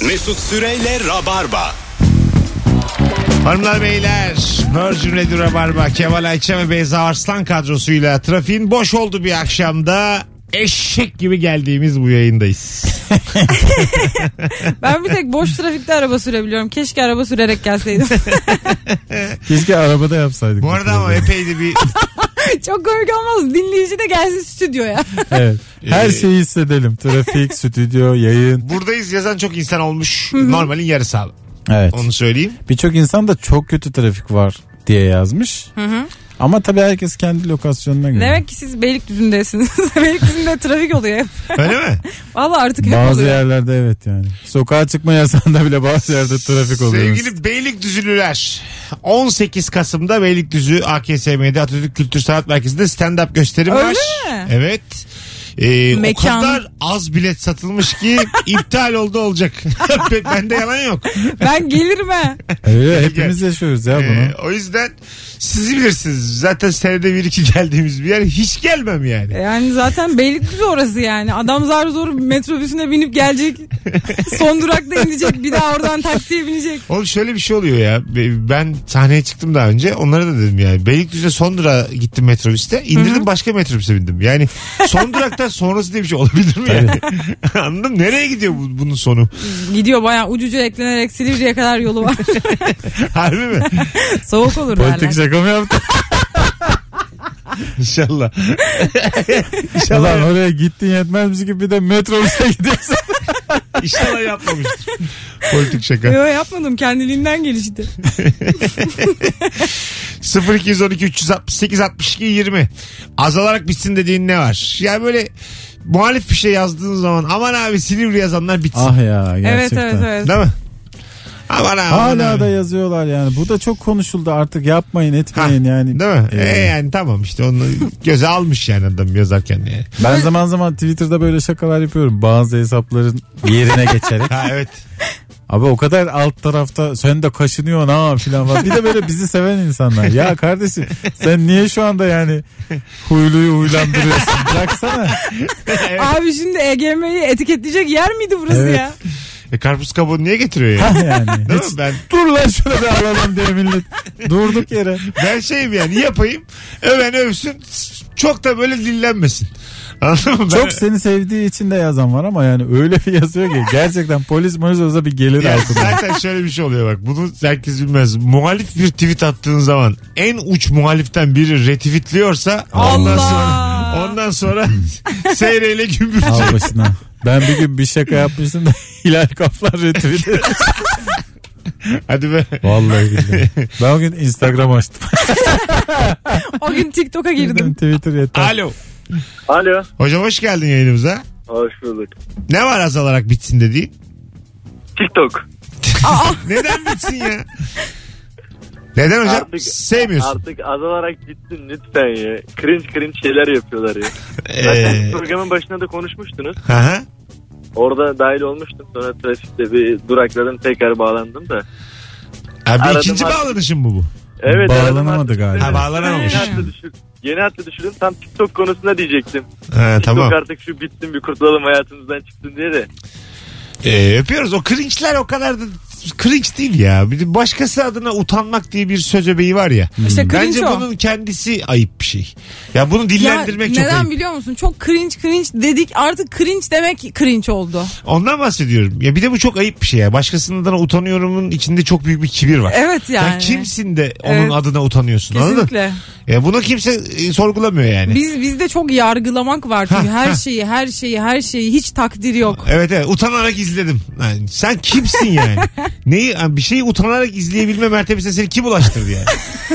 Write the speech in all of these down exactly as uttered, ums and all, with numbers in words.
Mesut Süreyle Rabarba. Hanımlar beyler, Virgin Radio Rabarba, Kemal Ayça ve Beyza Arslan kadrosuyla trafiğin boş olduğu bir akşamda eşek gibi geldiğimiz bu yayındayız. Ben bir tek boş trafikte araba sürebiliyorum. Keşke araba sürerek gelseydim. Keşke arabada yapsaydık. Bu arada ama epey de bir... Çok komik olmaz. Dinleyici de gelsin stüdyoya. Evet. Her şeyi hissedelim. Trafik, stüdyo, yayın. Buradayız yazan çok insan olmuş. Normalin yarısı abi. Evet. Onu söyleyeyim. Birçok insan da çok kötü trafik var diye yazmış. Hı hı. Ama tabii herkes kendi lokasyonuna göre. Demek ki siz Beylikdüzü'ndesiniz. Beylikdüzü'nde trafik oluyor. Öyle mi? Vallahi artık hep bazı oluyor. yerlerde evet yani. Sokağa çıkma yasağında bile bazı yerde trafik oluyor. Sevgili Beylikdüzülüler, on sekiz Kasım'da Beylikdüzü A K S M'de Atatürk Kültür Sanat Merkezi'nde stand-up gösterim Öyle var. mi? Evet. Ee, o Mekan. kadar az bilet satılmış ki iptal oldu olacak. Bende yalan yok. Ben gelirim ha. Öyle hepimiz yaşıyoruz ya bunu. Ee, o yüzden siz bilirsiniz. Zaten senede bir iki geldiğimiz bir yer, hiç gelmem yani. Yani zaten Beylikdüzü orası yani. Adam zar zor metrobüsüne binip gelecek. Son durakta inecek. Bir daha oradan taksiye binecek. Oğlum şöyle bir şey oluyor ya. Ben sahneye çıktım daha önce. Onlara da dedim yani. Beylikdüzü'ne son durağa gittim metrobüste. İndirdim, Hı-hı. başka metrobüse bindim. Yani son duraktan sonrası diye bir şey olabilir mi yani? Anladın mı? Nereye gidiyor bu, bunun sonu? Gidiyor bayağı ucuca eklenerek Silivri'ye kadar yolu var. Harbi mi? Soğuk olur Politik derler. şaka mı yaptın? İnşallah. İnşallah. Ulan oraya gittin yetmezmiş gibi bir de metrobüse gidiyorsun. İnşallah yapmamıştır. Politik şaka. Yok yapmadım, kendiliğinden gelişti. sıfır iki on iki üç altı sekiz altmış iki yirmi azalarak bitsin dediğin ne var? Yani böyle muhalif bir şey yazdığın zaman aman abi Silivri yazanlar bitsin. Ah ya gerçekten. Evet evet evet. Değil mi? Aman abi. Hala da yazıyorlar yani. Bu da çok konuşuldu artık, yapmayın etmeyin ha, yani. Değil mi? Ee, e yani tamam işte onu göze almış yani adam yazarken yani. Ben zaman zaman Twitter'da böyle şakalar yapıyorum. Bazı hesapların yerine geçerek. Ha evet. Abi o kadar alt tarafta sen de kaşınıyorsun ha filan var. Bir de böyle bizi seven insanlar. Ya kardeşim sen niye şu anda yani huyluyu huylandırıyorsun? Bıraksana. Evet. Abi şimdi E G M'yi etiketleyecek yer miydi burası Evet. ya? E karpuz kabuğunu niye getiriyor yani? yani. Değil Hiç mi? Ben, dur lan şuna bir alalım diye millet. Durduk yere. ben şeyim yani yapayım, öven övsün, çok da böyle dillenmesin. Anladın mı? Çok Ben, seni sevdiği için de yazan var ama yani öyle bir yazıyor ki gerçekten polis polis olsa bir gelir ya altında. zaten şöyle bir şey oluyor bak, bunu herkes bilmez. Muhalif bir tweet attığın zaman en uç muhaliften biri retweetliyorsa ondan Allah! sonra ondan sonra seyreyle gümbürtü. Al başına. Ben bir gün bir şaka yapmıştım da Hilal Kaplan retweet etmiş. Hadi be. Vallahi billahi. Ben o gün Instagram açtım. O gün TikTok'a girdim. Twitter yeter. Alo. Alo. Hocam hoş geldin yayınımıza. Hoş bulduk. Ne var azalarak bitsin dediğin? TikTok. Neden bitsin ya? Neden hocam? Artık, Sevmiyorsun. Artık azalarak gitsin lütfen ya. Cringe cringe şeyler yapıyorlar ya. Ee, Zaten programın başında da konuşmuştunuz. Hı hı. Orada dahil olmuştum. Sonra trafikte bir durakladım, tekrar bağlandım da. Abi Aradım ikinci artık. bağlanışın bu bu. Evet. Bağlanamadı galiba. Ha, bağlanamamış. Yeni hattı düşür. Yeni hattı düşürdüm. Tam TikTok konusunda diyecektim. Ha, TikTok tamam. artık şu bitsin, bir kurtulalım hayatımızdan çıksın diye de. Ee, öpüyoruz. O cringe'ler o kadar da cringe değil ya. Bir de başkası adına utanmak diye bir söz öbeği var ya. İşte cringe Bence o. bunun kendisi ayıp bir şey. Ya bunu dillendirmek Ya çok neden ayıp. biliyor musun? Çok cringe cringe dedik, artık cringe demek cringe oldu. Ondan bahsediyorum. Ya bir de bu çok ayıp bir şey ya. Başkasının adına utanıyorumun içinde çok büyük bir kibir var. Evet yani. Ya kimsin de onun Evet. adına utanıyorsun, anladın? Kesinlikle. Ya bunu kimse e, sorgulamıyor yani. Biz bizde çok yargılamak var çünkü Ha, her ha. şeyi, her şeyi, her şeyi hiç takdir yok. Evet evet, utanarak izledim. Yani sen kimsin yani? Neyi yani bir şeyi utanarak izleyebilme mertebesine seni kim ulaştırdı yani?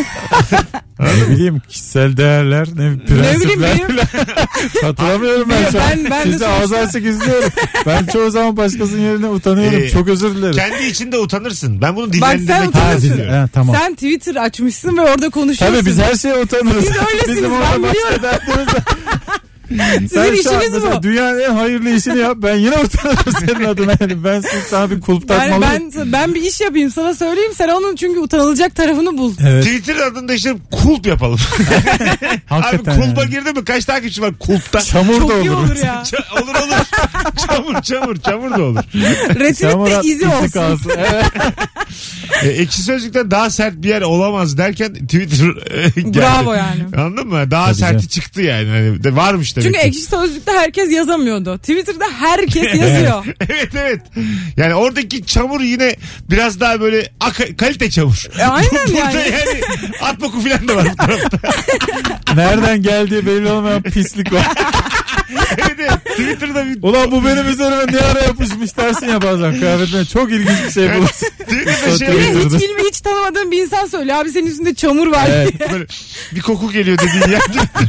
Ne bileyim kişisel değerler, ne prensipler bileyim, falan. Hatırlamıyorum ben şu an. Ben- ben de Sizi sonuçta- ağız açık izliyorum. Ben çoğu zaman başkasının yerine utanıyorum. Ee, Çok özür dilerim. Kendi içinde utanırsın. Ben bunu sen dillendirmek utanırsın. istiyorum. Ha, tamam. Sen Twitter açmışsın ve orada konuşuyorsun. Tabii biz her şeye utanırız. Siz öylesiniz, Bizim ben orada başka biliyorum. dertlerimiz var. Sizin Sen şu an işiniz mesela bu. dünyanın en hayırlı işini yap. Ben yine utanırım senin adına. Yani ben sana bir kulp Yani takmalıyım. ben, ben bir iş yapayım sana söyleyeyim. Sen onun çünkü utanılacak tarafını bul. Evet. Twitter adında işte kulp yapalım. Abi Hakikaten kulpa yani. girdi mi kaç takipçi var kulpta? Çamur Çok da iyi olur. olur ya. Ç- olur olur. Çamur çamur çamur da olur. Çamur Retweet'te at, izi olsun. kalsın. Evet. E, Ekşi Sözlük'ten daha sert bir yer olamaz derken Twitter e, geldi. Bravo yani. Anladın mı? Daha Tabii serti canım. çıktı yani. Hani de varmış demek Çünkü ki. Ekşi Sözlük'te herkes yazamıyordu. Twitter'da herkes yazıyor. Evet evet. Yani oradaki çamur yine biraz daha böyle aka- kalite çamur. E, aynen Burada yani. yani at boku falan da var bu tarafta. Nereden geldiği belli olmayan pislik var. Evet evet. Twitter'da bir Ulan bu benim üzerime ne ara yapışmış dersin ya bazen kıyafetine. Çok ilginç bir şey bulursun. Twitter'da şey Bir de hiç Twitter'da. filmi hiç tanımadığın bir insan söylüyor. Abi senin üstünde çamur var Evet. diye. böyle bir koku geliyor dediğin yer Twitter.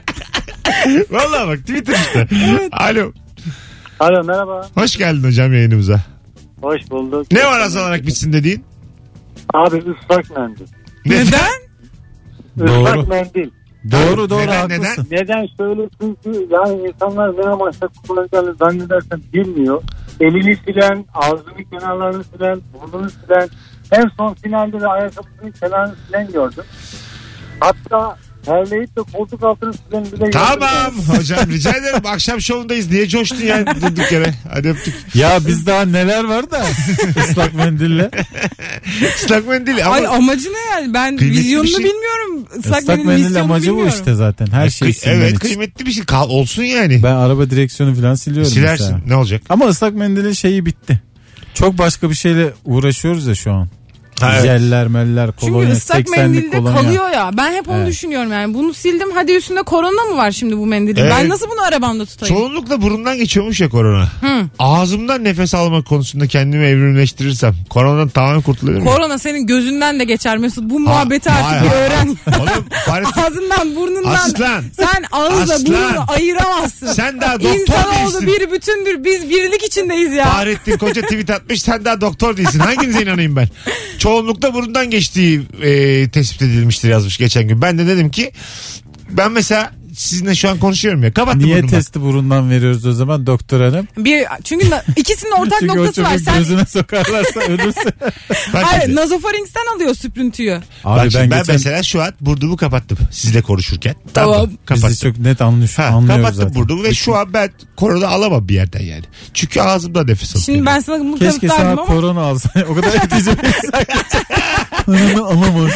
Vallahi bak Twitter işte. Alo. Alo merhaba. Hoş geldin hocam yayınımıza. Hoş bulduk. Ne var azalarak bitsin dediğin? Abi ıslak mendil. Neden? Doğru. Islak mendil. Doğru doğru Neden, haklısın. Neden şöyle çünkü yani insanlar ne amaçla kullanacağını zannedersen bilmiyor. Elini silen, ağzını kenarlarını silen, burnunu silen, en son finalde de ayakkabısının kenarını silen gördüm. Hatta terleyip de koltuk altını silen bile gördüm. Tamam hocam rica ederim. Akşam şovundayız. Niye coştun yani durduk yere? Hadi öptük. Ya biz daha neler var da ıslak mendille. Islak mendil ama Ay amacı ne yani? Ben Kıymetli vizyonunu bir şey. bilmiyorum. Islak, Islak mendil mendil misyonunu amacı bu bilmiyorum. işte zaten. Her şey Kıy- silmen evet için. kıymetli bir şey. Kal- olsun yani. Ben araba direksiyonu falan siliyorum Silersin. mesela. Ne olacak? Ama ıslak mendilin şeyi bitti. Çok başka bir şeyle uğraşıyoruz ya şu an. Ha, evet. Jeller, meller, kolonya, Çünkü ıslak seksenlik mendilde kolonya. kalıyor ya. Ben hep onu Evet. düşünüyorum yani. Bunu sildim hadi üstünde korona mı var şimdi bu mendilin? Evet. Ben nasıl bunu arabamda tutayım? Çoğunlukla burundan geçiyormuş ya korona. Hı. Ağzımdan nefes alma konusunda kendimi evrimleştirirsem koronadan tamamen kurtuluyorum. Korona senin gözünden de geçer Mesut. Bu muhabbeti hayır, artık bir hayır. öğren. Oğlum Fahrettin, Ağzından burnundan Aslan. sen ağızla Aslan. burnunu ayıramazsın. sen daha doktor İnsanoğlu değilsin. bir bütündür. Biz birlik içindeyiz ya. Fahrettin Koca tweet atmış sen daha doktor değilsin. Hanginize inanayım ben? Çoğunlukla burundan geçtiği e, tespit edilmiştir yazmış geçen gün. Ben de dedim ki ben mesela sizinle şu an konuşuyorum ya. Kapattım Niye burnumu. testi burundan veriyoruz o zaman doktor hanım? Bir çünkü na- ikisinin ortak Çünkü o noktası var. çocuğu Sen gözüne sokarlarsa ölürse. Bak hayır, şimdi. nazofarinksten alıyor süprüntüyü. Abi Bak şimdi ben, ben, geçen mesela şu an burnumu kapattım sizle konuşurken. Tamam. Tamam. Kapattım. bizi çok net anlıyor, Ha, anlıyoruz kapattım zaten. burnumu ve şu an ben korona alamam bir yerden yani. Çünkü ağzımda nefes alıyorum. Şimdi ben sana bunu Keşke sana kanıtlardım ama korona alsa. O kadar etici bir insan. Ananı alamam.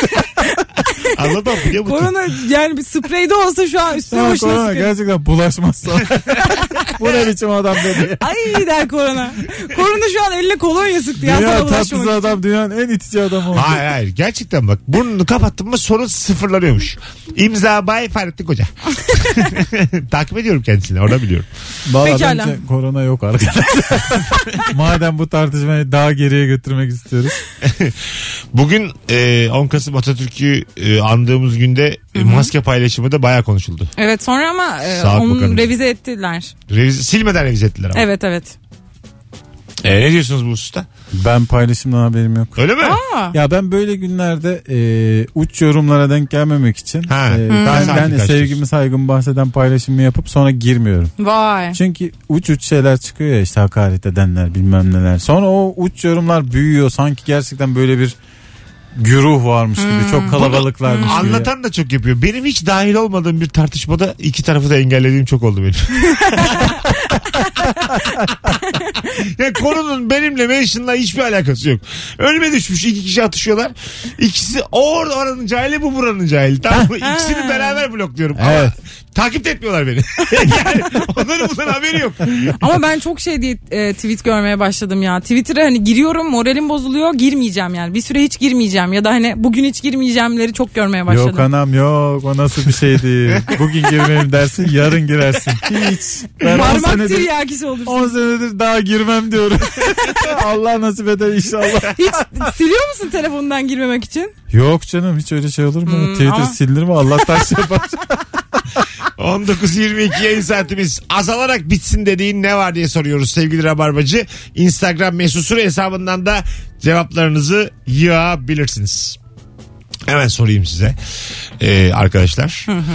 Alamam biliyor musun? korona yani bir spreyde olsa şu an üstüne Sana başına korona sıkıyor. gerçekten bulaşmaz sana. Bu ne biçim adam dedi. Ay der korona. Korona şu an eline kolonya sıktı ya sana Dünya bulaşmamak tatlısı için. adam dünyanın en itici adamı oldu. Hayır hayır gerçekten bak burnunu kapattın mı sorun sıfırlanıyormuş. İmza Bay Fahrettin Koca. Takip ediyorum kendisini orada biliyorum. Vallahi Pekala. bence korona yok arkadaşlar. Madem bu tartışmayı daha geriye götürmek istiyoruz. Bugün e, on Kasım Atatürk'ü e, andığımız günde e, maske paylaşımı da bayağı konuşuldu. Evet sonra ama e, Sağlık onu Bakanı. revize ettiler. Revize, silmeden revize ettiler ama. Evet evet. E, ne diyorsunuz bu hususta? Ben paylaşımdan haberim yok. Öyle mi? Aa, Ya ben böyle günlerde e, uç yorumlara denk gelmemek için Ha, e, daha ben, sakin ben kaçıyorsun. sevgimi saygımı bahseden paylaşımı yapıp sonra girmiyorum. vay. Çünkü uç uç şeyler çıkıyor ya işte hakaret edenler bilmem neler. Sonra o uç yorumlar büyüyor sanki gerçekten böyle bir güruh varmış gibi çok kalabalıklarmış gibi. Anlatan da çok yapıyor. Benim hiç dahil olmadığım bir tartışmada iki tarafı da engellediğim çok oldu benim. Ya konunun benimle mention'la hiçbir alakası yok. Önüme düşmüş iki kişi atışıyorlar. İkisi o orada oranın cahili bu buranın cahili. Tamam mı? İkisini beraber blokluyorum. Evet. Ama takip de etmiyorlar beni. Yani onların bundan haberi yok. Ama ben çok şey diye e, tweet görmeye başladım ya. Twitter'a hani giriyorum moralim bozuluyor girmeyeceğim yani. Bir süre hiç girmeyeceğim ya da hani bugün hiç girmeyeceğimleri çok görmeye başladım. Yok anam yok o nasıl bir şey değil. Bugün girmeyeyim dersin yarın girersin. Hiç. Ben on Parmak senedir, tiryakisi olursun. on senedir daha girmem diyorum. Allah nasip eder inşallah. Hiç siliyor musun telefonundan girmemek için? Yok canım hiç öyle şey olur mu? Hmm, Twitter ama- silinir mi? Allah'tan şey yapar. on dokuz yirmi iki yayın saatimiz azalarak bitsin dediğin ne var diye soruyoruz sevgili Rabarbacı. Instagram mesut süre hesabından da cevaplarınızı yığabilirsiniz. Hemen sorayım size ee, arkadaşlar.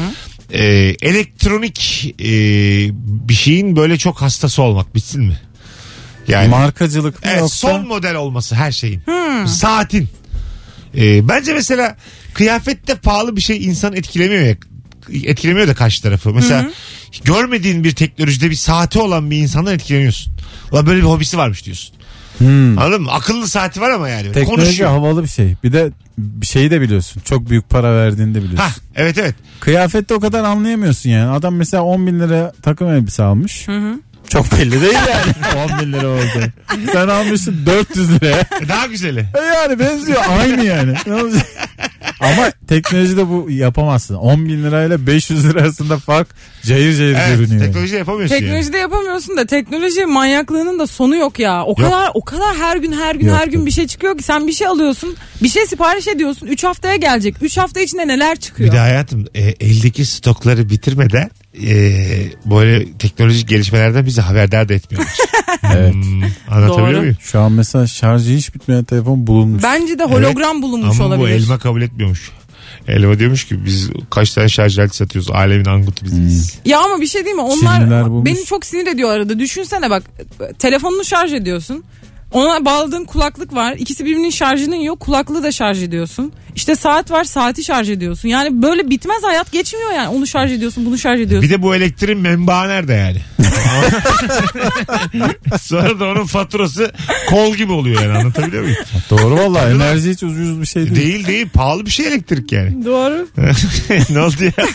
e, elektronik e, bir şeyin böyle çok hastası olmak bitsin mi? Yani Markacılık mı evet, yoksa? son model olması her şeyin. Hmm. Saatin. E, bence mesela kıyafette pahalı bir şey insan etkilemiyor ya. Etkilemiyor da karşı tarafı. Mesela hı hı. görmediğin bir teknolojide bir saati olan bir insandan etkileniyorsun. Ulan böyle bir hobisi varmış diyorsun. Hmm. Anladın mı? Akıllı saati var ama yani. Teknoloji konuşuyor. Havalı bir şey. Bir de bir şeyi de biliyorsun. Çok büyük para verdiğini de biliyorsun. Hah, evet evet. Kıyafette o kadar anlayamıyorsun yani. Adam mesela on bin lira takım elbise almış. Hı hı. Çok belli değil yani. on bin lira oldu. Sen almışsın dört yüz liraya. Daha güzeli. E yani benziyor. Aynı yani. Ne olacak? Ama teknolojide bu yapamazsın. on bin lirayla beş yüz lira arasında fark cayır cayır evet, görünüyor. Teknolojide yapamıyorsun. Teknolojide yani. yapamıyorsun da teknoloji manyaklığının da sonu yok ya. O yok. kadar o kadar her gün her gün yok, her gün tabii. bir şey çıkıyor ki sen bir şey alıyorsun. Bir şey sipariş ediyorsun. üç haftaya gelecek. üç hafta içinde neler çıkıyor? Bir de hayatım e, eldeki stokları bitirmeden e, böyle teknolojik gelişmelerden bizi haberdar da etmiyorlar. Evet. Hmm, anlatabiliyor Doğru. muyum? Şu an mesela şarjı hiç bitmeyen telefon bulunmuş. Bence de hologram evet, bulunmuş ama olabilir. Ama bu elma kabul etmiyormuş. Elma diyormuş ki biz kaç tane şarj aleti satıyoruz. Alemin angutu biziz. Hmm. Ya ama bir şey değil mi? Onlar beni çok sinir ediyor arada. Düşünsene bak telefonunu şarj ediyorsun. Ona bağladığın kulaklık var. İkisi birbirinin şarjının yok. Kulaklığı da şarj ediyorsun. İşte saat var, saati şarj ediyorsun. Yani böyle bitmez hayat geçmiyor yani. Onu şarj ediyorsun, bunu şarj ediyorsun. Bir de bu elektriğin menbaı nerede yani? Sonra da onun faturası kol gibi oluyor yani, anlatabiliyor muyum? Doğru valla, enerji hiç ucuz bir şey değil. Değil değil, pahalı bir şey elektrik yani. Doğru. Ne oldu ya?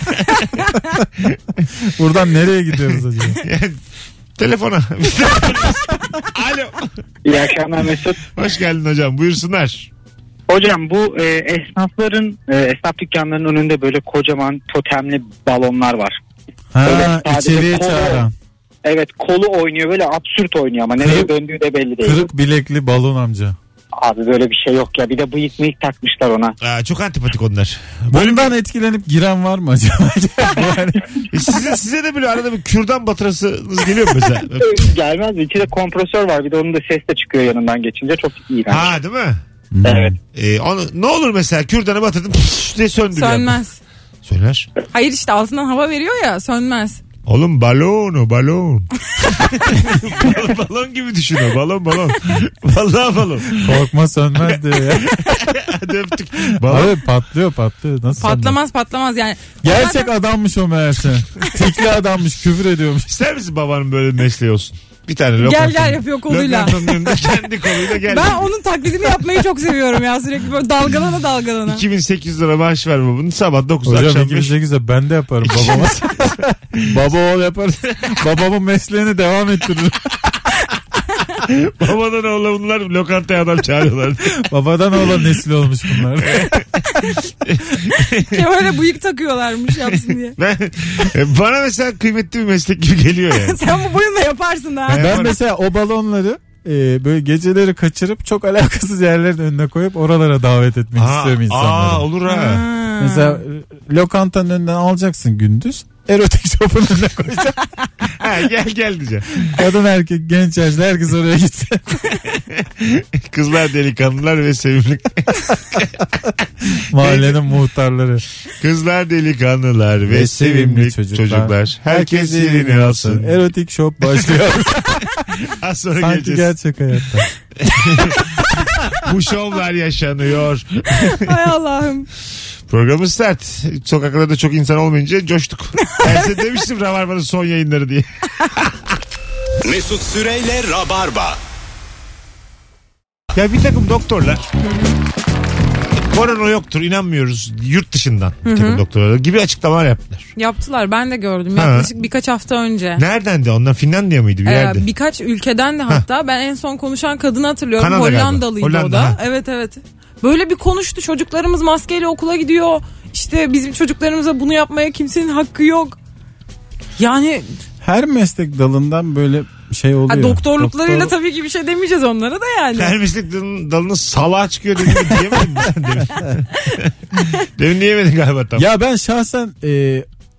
Buradan nereye gidiyoruz acaba? Yani, telefona. Alo. İyi akşamlar Mesut. Hoş geldin hocam, buyursunlar. Hocam bu e, esnafların e, esnaf dükkanlarının önünde böyle kocaman totemli balonlar var. Ha, içeriye çağıran. Evet, kolu oynuyor, böyle absürt oynuyor ama nereye döndüğü de belli değil. Kırık bilekli balon amca. Abi böyle bir şey yok ya, bir de bıyık mıyık takmışlar ona. Aa, çok antipatik onlar. Bundan etkilenip giren var mı acaba? Yani, e size, size de böyle arada bir kürdan batırasınız geliyor mu mesela? Gelmez, içinde kompresör var, bir de onun da ses de çıkıyor yanından geçince, çok iyi. Ha, değil mi? Hmm. Evet. Ee, onu, ne olur mesela kürdanı batırdım püf diye söndürüyor. Sönmez. Söner. Hayır işte altından hava veriyor ya, sönmez. Oğlum balon o balon. balon. Balon gibi düşün o, balon balon. Vallahi balon. Korkma sönmez diyor ya. Hadi öptük. Balon. Abi patlıyor patlıyor. Nasıl patlamaz sönmez? patlamaz yani. Gerçek zaten... adammış o meğerse. Tikli adammış, küfür ediyormuş. İster misin babanın böyle bir mesleği olsun? Bir tane lokantın. Gel gel yapıyor koluyla. Lokantanın önünde kendi koluyla gel. Ben onun taklidini yapmayı çok seviyorum ya, sürekli böyle dalgalana dalgalana. iki bin sekiz yüz lira maaş ver babanın, sabah dokuz hocam, akşam iki bin sekiz yüz ben de yaparım babama. Baba oğul yaparız. Babamın mesleğini devam ettiririm. Babadan oğla bunlar lokantaya adam çağırıyorlar. Babadan oğla nesil olmuş bunlar. Kemal'e bıyık takıyorlarmış yapsın diye. Ben, bana mesela kıymetli bir meslek gibi geliyor yani. Sen bu boyunla yaparsın ha. Ben, ben mesela o balonları e, böyle geceleri kaçırıp çok alakasız yerlerin önüne koyup oralara davet etmek aa, istiyorum insanları. Aa, olur ha. ha. Mesela lokantanın önünden alacaksın gündüz. Erotik shop'un önüne koyacaksın. Ha, gel gel diyeceğim. Kadın erkek genç yaşlı herkes oraya gitsin. Kızlar delikanlılar ve sevimli. Mahallenin muhtarları. Kızlar delikanlılar ve, ve sevimli çocuklar. çocuklar. Herkes yerini alsın. Erotik shop başlıyor. Az sonra sanki geleceğiz. Gerçek hayatta. Bu şovlar yaşanıyor. Hay Allah'ım. Programımız sert. Sokaklarda çok insan olmayınca coştuk. Ben size demiştim Rabarba'nın son yayınları diye. Mesut Süreyle Rabarba. Ya bir takım doktorlar korona yoktur, inanmıyoruz yurt dışından bir takım doktorlar gibi açıklamalar yaptılar. Yaptılar, ben de gördüm ha. yaklaşık birkaç hafta önce. Nereden de onlar, Finlandiya mıydı bir ee, yerde? Birkaç ülkeden de hatta ha. Ben en son konuşan kadını hatırlıyorum. Kanada Hollandalıydı Hollanda, o da. Ha. Evet evet. Böyle bir konuştu, çocuklarımız maskeyle okula gidiyor. İşte bizim çocuklarımıza bunu yapmaya kimsenin hakkı yok. Yani her meslek dalından böyle şey oluyor. Ha, doktorluklarıyla Doktor... tabii ki bir şey demeyeceğiz onlara da yani. Her meslek dalının salağa çıkıyor dediğini diyemedin mi sen demin? Demin diyemedin galiba tam. Ya ben şahsen e,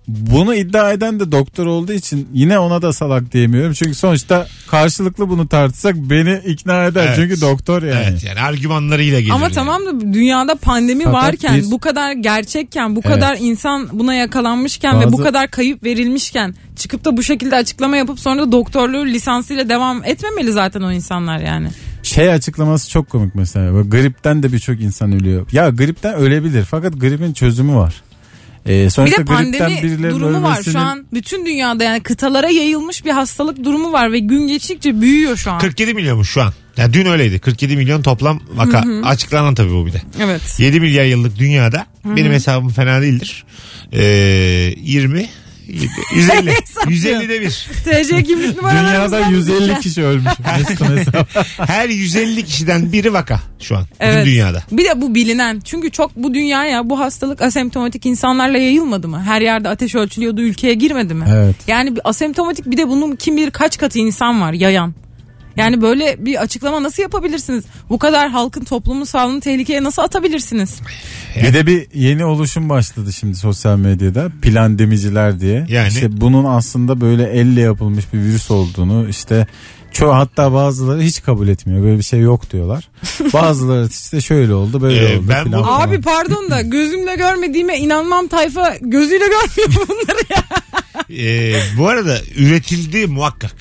bunu iddia eden de doktor olduğu için yine ona da salak diyemiyorum. Çünkü sonuçta karşılıklı bunu tartışsak beni ikna eder. Evet. Çünkü doktor yani. Evet, yani argümanlarıyla gelir. Ama yani. Tamam da dünyada pandemi Fakat varken biz... bu kadar gerçekken, bu evet. kadar insan buna yakalanmışken Bazı... ve bu kadar kayıp verilmişken çıkıp da bu şekilde açıklama yapıp sonra da doktorluğu lisansıyla devam etmemeli zaten o insanlar yani. Şey açıklaması çok komik mesela. Gripten de birçok insan ölüyor. Ya gripten ölebilir fakat gripin çözümü var. Ee, bir de pandemi durumu var şu an bütün dünyada, yani kıtalara yayılmış bir hastalık durumu var ve gün geçtikçe büyüyor şu an. kırk yedi milyonmuş şu an. Yani dün öyleydi. kırk yedi milyon toplam vaka. Hı hı. Açıklanan tabii bu bir de. Evet. yedi milyar yıllık dünyada. Hı hı. Benim hesabım fena değildir. Ee, yirmi yüz elli yüz ellide bir. T C kimlik numaralarımız Dünyada yüz elli kişi ölmüş. Her yüz elli kişiden biri vaka şu an. Evet. Bütün dünyada. Bir de bu bilinen. Çünkü çok bu dünyaya bu hastalık asemptomatik insanlarla yayılmadı mı? Her yerde ateş ölçülüyordu, ülkeye girmedi mi? Evet. Yani asemptomatik, bir de bunun kim bilir kaç katı insan var yayan. Yani böyle bir açıklama nasıl yapabilirsiniz? Bu kadar halkın, toplumun sağlığını tehlikeye nasıl atabilirsiniz? Bir de bir yeni oluşum başladı şimdi sosyal medyada, plandemiciler diye. Yani işte bunun aslında böyle elle yapılmış bir virüs olduğunu, işte çoğu, hatta bazıları hiç kabul etmiyor, böyle bir şey yok diyorlar. Bazıları işte şöyle oldu böyle ee, oldu. Ben bu... Abi pardon da gözümle görmediğime inanmam, tayfa gözüyle görmüyor bunları ya. Ee, bu arada üretildi muhakkak.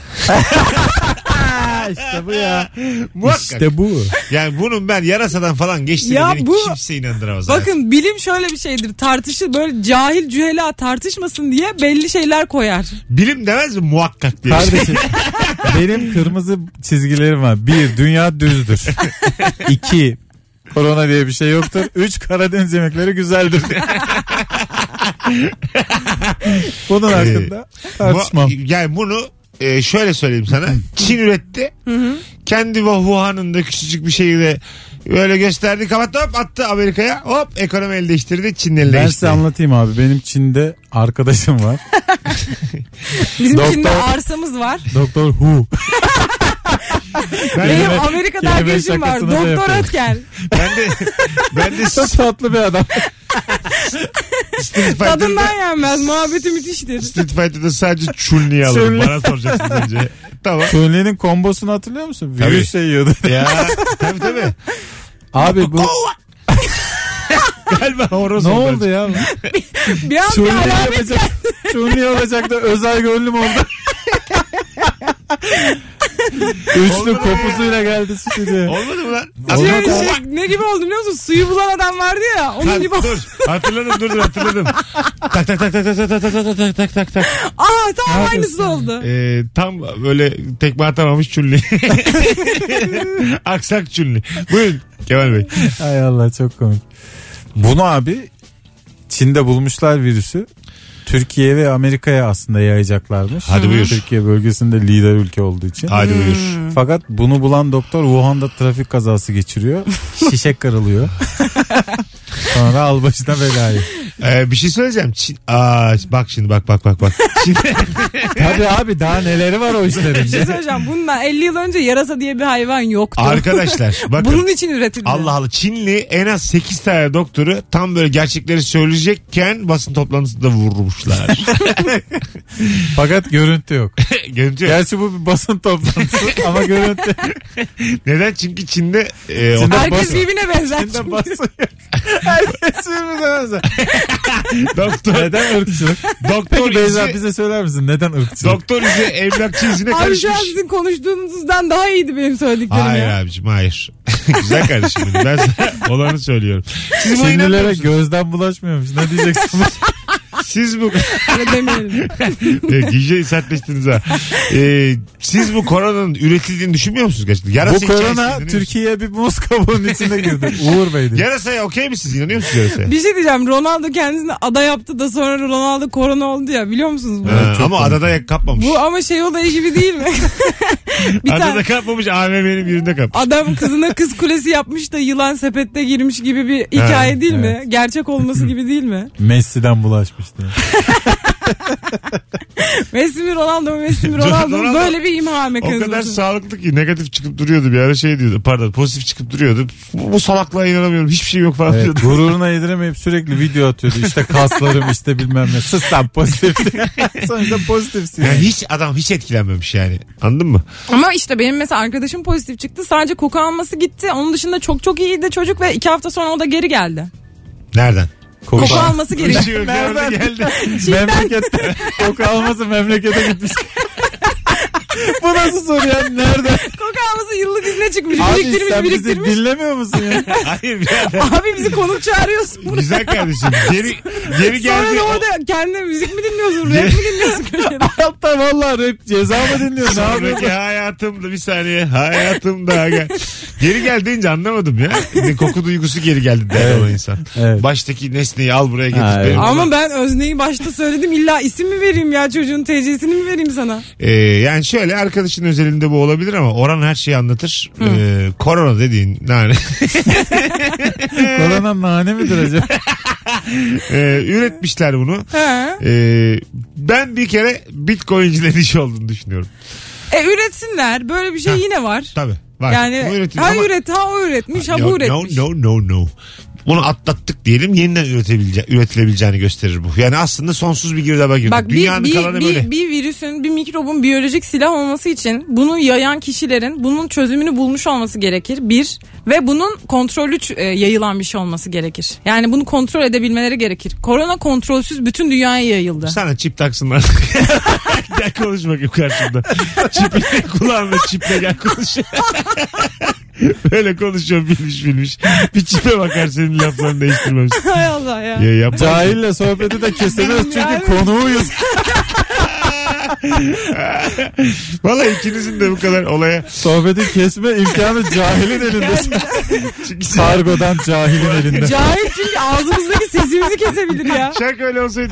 İşte bu ya. Muhakkak. İşte bu. Yani bunun ben yarasadan falan geçtiğini bu, kimse inandıramaz. Bakın hayatım. Bilim şöyle bir şeydir. Tartışı böyle cahil cühela tartışmasın diye belli şeyler koyar. Bilim demez mi muhakkak diye. Kardeşim benim kırmızı çizgilerim var. Bir, dünya düzdür. İki, korona diye bir şey yoktur. Üç, Karadeniz yemekleri güzeldir. Bunun hakkında tartışmam. Yani bunu Ee, şöyle söyleyeyim sana. Çin üretti. Hı hı. Kendi Wuhan'ın da küçücük bir şehirde böyle gösterdi, kapattı, hop attı Amerika'ya, hop ekonomi el değiştirdi, Çin'in eline Ben geçti. size anlatayım abi. Benim Çin'de arkadaşım var. Bizim Doktor, Çin'de arsamız var. Doktor Hu. Benim kelime, Amerika'da arkadaşım var. Doktor Ötker. Ben de ben de çok tatlı bir adam. Tadından yenmez. Muhabbeti müthiştir. Street Fighter'da sadece Chun-Li'yi alırım. Bana soracaksın önce. Tamam. Chun-Li'nin kombosunu hatırlıyor musun? Virüs şey yiyordu. Ya tabii tabii. Abi bu... Galiba horoz ne oldu ya? Bir, bir an bir alamet geldi. Chun-Li olacak da özel gönlüm oldu. Üçlü kopuzuyla geldi stüdyoya. Olmadı mı lan? Şey, şey, ne gibi oldu biliyor musun? Suyu bulan adam vardı ya. Onun ha, gibi dur. Hatırladım dur dur hatırladım. Tak tak tak tak tak tak tak tak tak tak tak. Aa tam aynısı oldu. Ee, tam böyle tekme atamamış Chun-Li. Aksak Chun-Li. Buyurun Kemal Bey. Hay Allah çok komik. Bunu abi Çin'de bulmuşlar virüsü. Türkiye ve Amerika'ya aslında yayacaklarmış. Hadi buyur. Türkiye bölgesinde lider ülke olduğu için. Hadi buyur. Fakat bunu bulan doktor Wuhan'da trafik kazası geçiriyor. Şişe kırılıyor. Sonra al başına belayı. Ee, bir şey söyleyeceğim. Çin... Aa, bak şimdi bak bak bak bak. Çin... Tabii abi daha neleri var o işlerin. Bir şey söyleyeceğim. Bundan elli yıl önce yarasa diye bir hayvan yoktu. Arkadaşlar bakın. Bunun için üretildi. Allah Allah, Çinli en az sekiz tane doktoru tam böyle gerçekleri söyleyecekken basın toplantısında vurmuşlar. Fakat görüntü yok. Görüntü yok. Gerçi bu bir basın toplantısı ama görüntü. Neden? Çünkü Çin'de, e, Çin'de herkes birbirine benzer. Çin'de basın yok. Herkes birbirine benzer. Doktor. Neden ırkçılık? Doktor Beyza izi... bize söyler misin? Neden ırkçılık? Doktor izi emlakçı izine abi karışmış. Abi şu an sizin konuştuğunuzdan daha iyiydi benim söylediklerim hayır ya. Hayır abicim hayır. Güzel kardeşim. Ben sana olanı söylüyorum. Siz Çinlilere gözden bulaşmıyormuş. Ne diyeceksin? Siz bu... Öyle demeyelim. Gece sertleştiniz ha. Ee, siz bu koronanın üretildiğini düşünmüyor musunuz gerçekten? Yarasa bu korona Türkiye'ye bir muz kabuğunun içinde girdi. Uğur Bey'di. Yarasaya okey misiniz? İnanıyor musunuz yarasaya? Bir şey diyeceğim. Ronaldo kendisine ada yaptı da sonra Ronaldo korona oldu ya. Biliyor musunuz bunu? Ha, ama komik. Adada kapmamış. Bu ama şey olayı gibi değil mi? Bir adada tane... kapmamış. A V M'nin birinde kapmış. Adam kızına kız kulesi yapmış da yılan sepette girmiş gibi bir hikaye ha, değil evet. mi? Gerçek olması gibi değil mi? Messi'den bulaşmış diye. Messi mi Ronaldo mu Messi mi Ronaldo mu böyle bir imha mekanizması. O kadar sağlıklı ki negatif çıkıp duruyordu bir ara şey diyordu pardon pozitif çıkıp duruyordu. Bu, bu salaklığa inanamıyorum hiçbir şey yok falan evet, diyordu. Gururuna yediremeyip sürekli video atıyordu işte kaslarım işte bilmem ne sus lan pozitif. Sonuçta pozitifsin. Yani hiç adam hiç etkilenmemiş yani anladın mı? Ama işte benim mesela arkadaşım pozitif çıktı sadece koku alması gitti onun dışında çok çok iyiydi çocuk ve iki hafta sonra o da geri geldi. Nereden? Koku, koku alması geri geldi. Nereden geldi? Memlekette koku alması memlekete gitmiş. Bu nasıl soru ya? Nerede? Koku alması yıllık izne çıkmış. Abi biriktirmiş sen biriktirmiş. bizi dinlemiyor musun ya? Hayır birader. Abi bizi konuk çağırıyorsun buraya. Güzel kardeşim. Geri, geri geldi. Sonra da orada kendine müzik mi dinliyorsun? Rap mi dinliyorsun köşede? Hatta valla rap ceza mı dinliyorsun? Ne yapıyorsun? Sonraki hayatımda bir saniye. Hayatımda gel. Geri gel deyince anlamadım ya. Ne koku duygusu geri geldi der evet. O insan. Evet. Baştaki nesneyi al buraya getir. Ha, evet. Ama ona... ben özneyi başta söyledim. İlla isim mi vereyim ya çocuğun T C'sini mi vereyim sana? Ee, yani şöyle arkadaşın özelinde bu olabilir ama Orhan her şeyi anlatır. Ee, korona dediğin nane. Korona nane midir acaba? ee, üretmişler bunu. Ee, ben bir kere Bitcoin'cilerin işi olduğunu düşünüyorum. E üretsinler. Böyle bir şey ha, yine var. Tabii. Var. Yani ha ama... üret, ha o üretmiş, ha no, bu üretmiş. No, no, no, no. Bunu atlattık diyelim yeniden üretilebileceğini gösterir bu. Yani aslında sonsuz bir girdaba girdik. Bak, Dünyanın bir, kalanı bir, böyle. Bir virüsün, bir mikrobun biyolojik silah olması için bunu yayan kişilerin bunun çözümünü bulmuş olması gerekir. Bir ve bunun kontrollü yayılan bir şey olması gerekir. Yani bunu kontrol edebilmeleri gerekir. Korona kontrolsüz bütün dünyaya yayıldı. Sana çip taksınlar. Gel konuş bakayım karşımda. Çiple kulağında çiple gel konuş. Böyle konuşuyor bilmiş bilmiş. Bir çipe bakar senin laflarını değiştirmemiş. Hay Allah ya. ya Cahille sohbeti de kesemez çünkü yani... konuğuyuz. Valla ikinizin de bu kadar olaya sohbeti kesme imkanı cahilin elinde. Çünkü kargodan cahilin elinde. Cahil çünkü ağzımızdaki sesimizi kesebilir ya. Şarkı öyle olsaydı.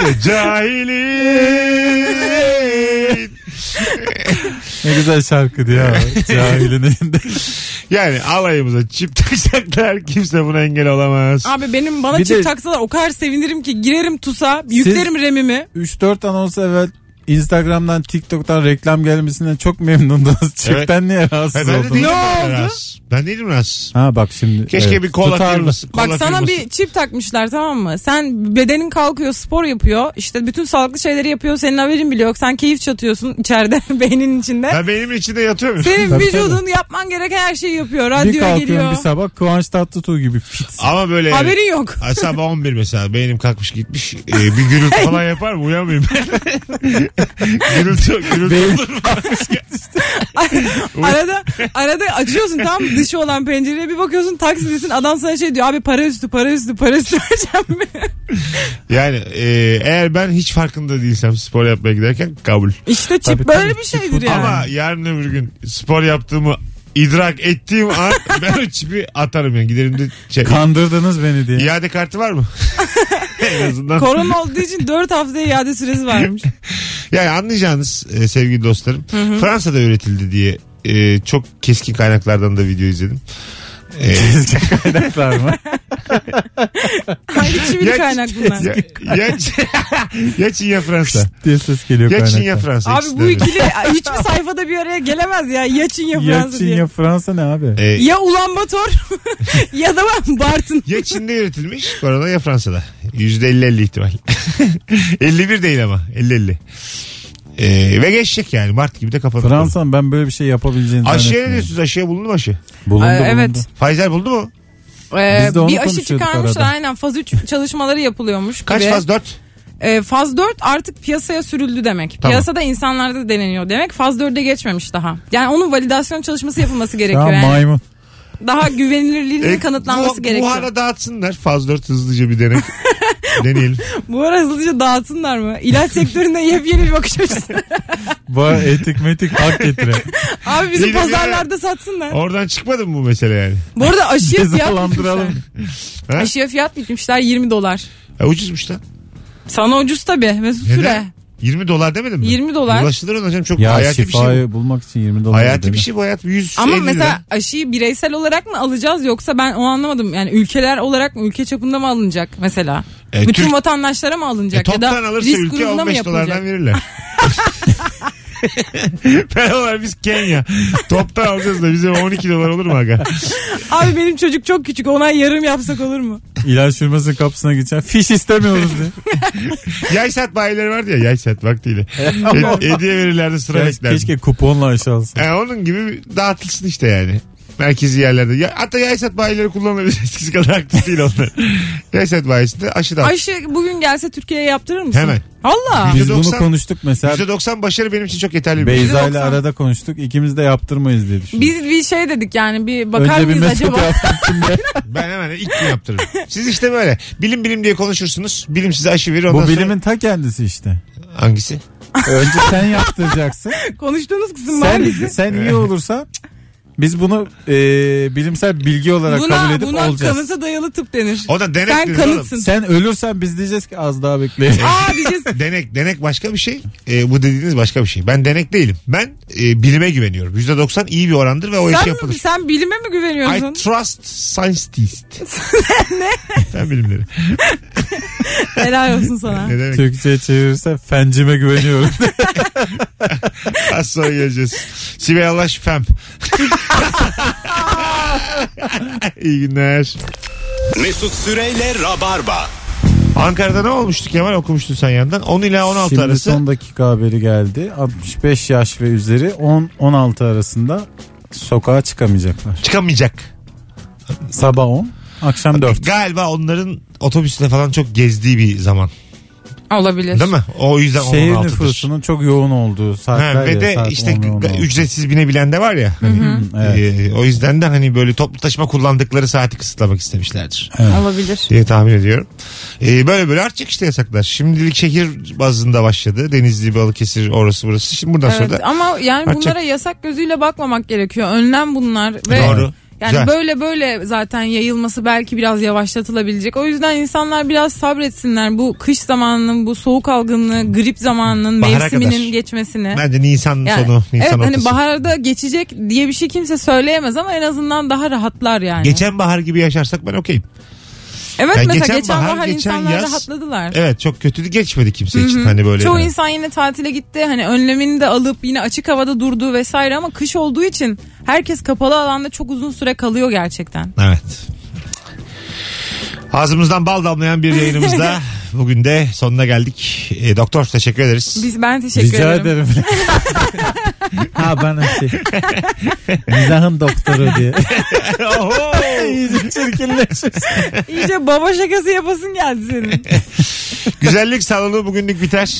Cahilin. Ne güzel şarkıydı ya. Cahilin elinde. Yani alayımıza çip taksaklar kimse buna engel olamaz. Abi benim bana bir çip de... taksalar o kadar sevinirim ki girerim TUS'a yüklerim Siz remimi. üç dört anons evvel Instagram'dan TikTok'tan reklam gelmesinden çok memnundunuz. Çipten evet. Niye rahatsız ben oldun? De ne oldu? Rahatsız. Ben değilim rahatsız. Ha bak şimdi. Keşke evet. bir kola firması. Bak kola sana firması. bir çip takmışlar tamam mı? Sen bedenin kalkıyor spor yapıyor. İşte bütün sağlıklı şeyleri yapıyor. Senin haberin bile yok. Sen keyif çatıyorsun içeride beynin içinde. Ben beynimin içinde yatıyor muyum? Senin tabii, vücudun tabii. yapman gereken her şeyi yapıyor. Radyoya bir kalkıyorum geliyor. Bir sabah Kıvanç Tatlıtuğ gibi fit. Ama böyle. Haberin yok. Sabah on bir mesela beynim kalkmış gitmiş. Ee, bir gürültü falan yapar mı? Uyanmayayım. Gürültü yok. arada arada açıyorsun tam dışı olan pencereye bir bakıyorsun taksidesin adam sana şey diyor abi para üstü para üstü para üstü vereceğim mi? Yani e, eğer ben hiç farkında değilsem spor yapmaya giderken kabul. İşte çip tabii, böyle tabii. bir şeydir yani. Ama yarın öbür gün spor yaptığımı idrak ettiğim an ben o çipi atarım yani giderim de şey, kandırdınız beni diye. İade kartı var mı? En azından. Korona olduğu için dört hafta iade süresi varmış. Yani anlayacağınız e, sevgili dostlarım hı hı. Fransa'da üretildi diye e, çok keskin kaynaklardan da video izledim. Keskin ee... kaynaklar mı? Hangi çivili kaynak bunlar? Ya, ya, ya Çin ya Fransa. Şşt diye ses geliyor ya kaynaklar. Çin ya Fransa. Abi bu ikili hiçbir sayfada bir araya gelemez ya. Ya Çin ya Fransa ya Çin diye. ya Fransa ne abi? Ee, ya Ulan Bator ya da Bartın. Ya Çin'de üretilmiş korona ya Fransa'da. yüzde elli elli ihtimal. elli bir değil ama elli elli. Ee, ve geçecek yani Mart gibi de kapatalım. Fransa'nın ben böyle bir şey yapabileceğini aşıya ne diyorsunuz? Aşıya bulundu mu aşı? Bulundu ee, bulundu. Evet. Pfizer buldu mu? Ee, bir aşı çıkarmışlar arada. Aynen faz üç çalışmaları yapılıyormuş. Kaç gibi. faz dört? Ee, faz dört artık piyasaya sürüldü demek. Tamam. Piyasada insanlarda deneniyor demek. Faz dörde geçmemiş daha. Yani onun validasyon çalışması yapılması gerekiyor. Tamam yani. Maymun. Daha güvenilirliğinin e, kanıtlanması bu, gerekiyor. Bu ara dağıtsınlar. Faz dört hızlıca bir denek. Deneyelim. Bu ara hızlıca dağıtsınlar mı? İlaç sektöründe yepyeni bir bakış açısı. Bu ara etik metik hak getire. Abi bizi pazarlarda ya. Satsınlar. Oradan çıkmadı mı bu mesele yani? Bu arada aşıya fiyat bitmişler. Aşıya fiyat bitmişler yirmi dolar. E, ucuzmuş lan. Sana ucuz tabii. Mesut Süre. yirmi dolar demedim mi? yirmi dolar. Ulaşılır ona canım çok ya hayati bir şey. Ya şifayı bulmak için yirmi dolar. Hayati bir şey bu hayat. yüz Ama elli mesela lira. aşıyı bireysel olarak mı alacağız yoksa ben o anlamadım. Yani ülkeler olarak mı ülke çapında mı alınacak mesela? E, Bütün Türk... vatandaşlara mı alınacak? E, ya da toptan alırsa risk ülke grubuna on mı beş dolardan yapılacak? verirler. Merhabalar biz Kenya. Toptan alacağız da bize on iki dolar olur mu aga? Abi benim çocuk çok küçük, ona yarım yapsak olur mu? İlaç firmasının kapısına gideceğim. Fiş istemiyoruz diye. Yaysat bayileri vardı ya, Yaysat vaktiyle. Hed- hediye verirlerdi, sıra beklerdi. Keşke kuponla aşağı alsın. Yani onun gibi dağıtılsın işte yani. Merkezi yerlerde. Ya, hatta Yaysat bayileri kullanılabilir. Eskisi kadar aktif değil onlar. Yaysat bayisinde aşı dağıt. Aşı bugün gelse Türkiye'ye yaptırır mısın? Hemen. Valla. Biz yüzde doksan bunu konuştuk mesela. yüzde doksan başarı benim için çok yeterli bir Beyza yüzde ile doksan arada konuştuk. İkimiz de yaptırmayız diye düşündük. Biz bir şey dedik yani, bir bakar Önce bir mıyız Mesut acaba? yaptırsın diye. Ben hemen ilk gün yaptırırım. Siz işte böyle bilim bilim diye konuşursunuz. Bilim size aşı verir. Ondan Bu sonra... bilimin ta kendisi işte. Hangisi? Önce sen yaptıracaksın. Konuştuğunuz kısım sen, hangisi? sen iyi olursa biz bunu e, bilimsel bilgi olarak Buna, kabul edip buna olacağız. kanıta dayalı tıp denir. O da denek Sen denir kanıtsın. oğlum. Sen ölürsen biz diyeceğiz ki az daha bekleyin. Aa diyeceğiz. Denek denek başka bir şey. Ee, bu dediğiniz başka bir şey. Ben denek değilim. Ben e, bilime güveniyorum. yüzde doksan iyi bir orandır ve o iş Sen, yapılır. sen bilime mi güveniyorsun? I trust scientists. Ne? Ben bilimleri. Helal olsun sana. Ne demek? Türkçe'ye çevirirse fencime güveniyorum. Az sonra geleceğiz. Sibel Alaş Fem. İyi günler. Mesut Süreyle Rabarba. Ankara'da ne olmuştu Kemal, okumuştun sen yandan? on ila on altı Şimdi arası. son dakika haberi geldi. altmış beş yaş ve üzeri on on altı arasında sokağa çıkamayacaklar. Çıkamayacak. Sabah on, akşam dört. Galiba onların otobüsle falan çok gezdiği bir zaman. Olabilir. Değil mi? O yüzden Şehir on altıdır. nüfusunun çok yoğun olduğu saatler Ha, ve ya, de saat işte on ve on altı. ücretsiz binebilen de var ya. Hani, Evet. e, o yüzden de hani böyle toplu taşıma kullandıkları saati kısıtlamak istemişlerdir Olabilir. diye tahmin ediyorum. E, böyle böyle artacak işte yasaklar. Şimdilik şehir bazında başladı. Denizli, Balıkesir, orası burası. Şimdi bundan sonra Evet, da ama yani artacak. bunlara yasak gözüyle bakmamak gerekiyor. Önlem bunlar ve Doğru. yani Güzel. böyle böyle zaten yayılması belki biraz yavaşlatılabilecek. O yüzden insanlar biraz sabretsinler. Bu kış zamanının, bu soğuk algınlığı, grip zamanının Bahara mevsiminin kadar. geçmesini. Bence Nisan Yani, sonu, Nisan evet ortası. hani baharda geçecek diye bir şey kimse söyleyemez ama en azından daha rahatlar yani. Geçen bahar gibi yaşarsak ben okeyim. evet yani mesela geçen geçen, bahar, bahar, geçen insanlar yaz- rahatladılar. Evet, çok kötü geçmedi kimse için. Hani böyle. Çoğu insan yine tatile gitti. Hani önlemini de alıp yine açık havada durdu vesaire ama kış olduğu için herkes kapalı alanda çok uzun süre kalıyor gerçekten. Evet. Ağzımızdan bal damlayan bir yayınımızda bugün de sonuna geldik. E, doktor teşekkür ederiz. Biz ben teşekkür Rica ederim. ederim. ha ben şey. Mizahın doktoru diye. Oho! İyice çirkinleşir. İyice baba şakası yapasın geldi senin. Güzellik salonu bugünlük biter.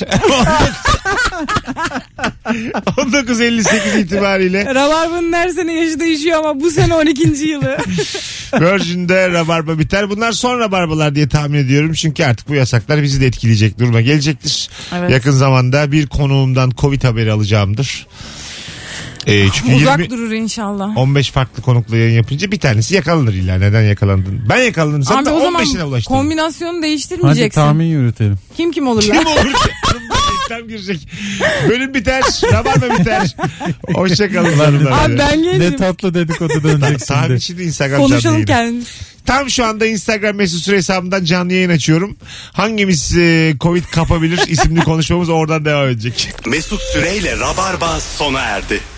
on dokuz elli sekiz itibariyle Rabarba'nın her sene yaşı değişiyor ama bu sene on ikinci yılı. Virgin'de Rabarba biter. Bunlar son Rabarbalar diye tahmin ediyorum. Çünkü artık bu yasaklar bizi de etkileyecek duruma gelecektir. Evet. Yakın zamanda bir konuğumdan Covid haberi alacağımdır. Ee, çünkü Uzak yirmi durur inşallah. on beş farklı konukla yayın yapınca bir tanesi yakalanır illa. Neden yakalandın? Ben yakalanırsam Abi da o on zaman beşine ulaştırırım. kombinasyonu Hadi değiştirmeyeceksin. tahmin yürütelim. Kim kim olur Kim lan? olur ki? Reklam girecek. Bölüm biter. Rabarba biter. Hoşçakalın. Abi ben Ne gencim. tatlı dedikodu dönecek Tahmin şimdi. şimdi Instagram canlı Konuşalım yayını. kendimiz. Tam şu anda Instagram mesut süre hesabından canlı yayın açıyorum. Hangimiz e, Covid kapabilir isimli konuşmamız oradan devam edecek. Mesut Süreyle Rabarba sona erdi.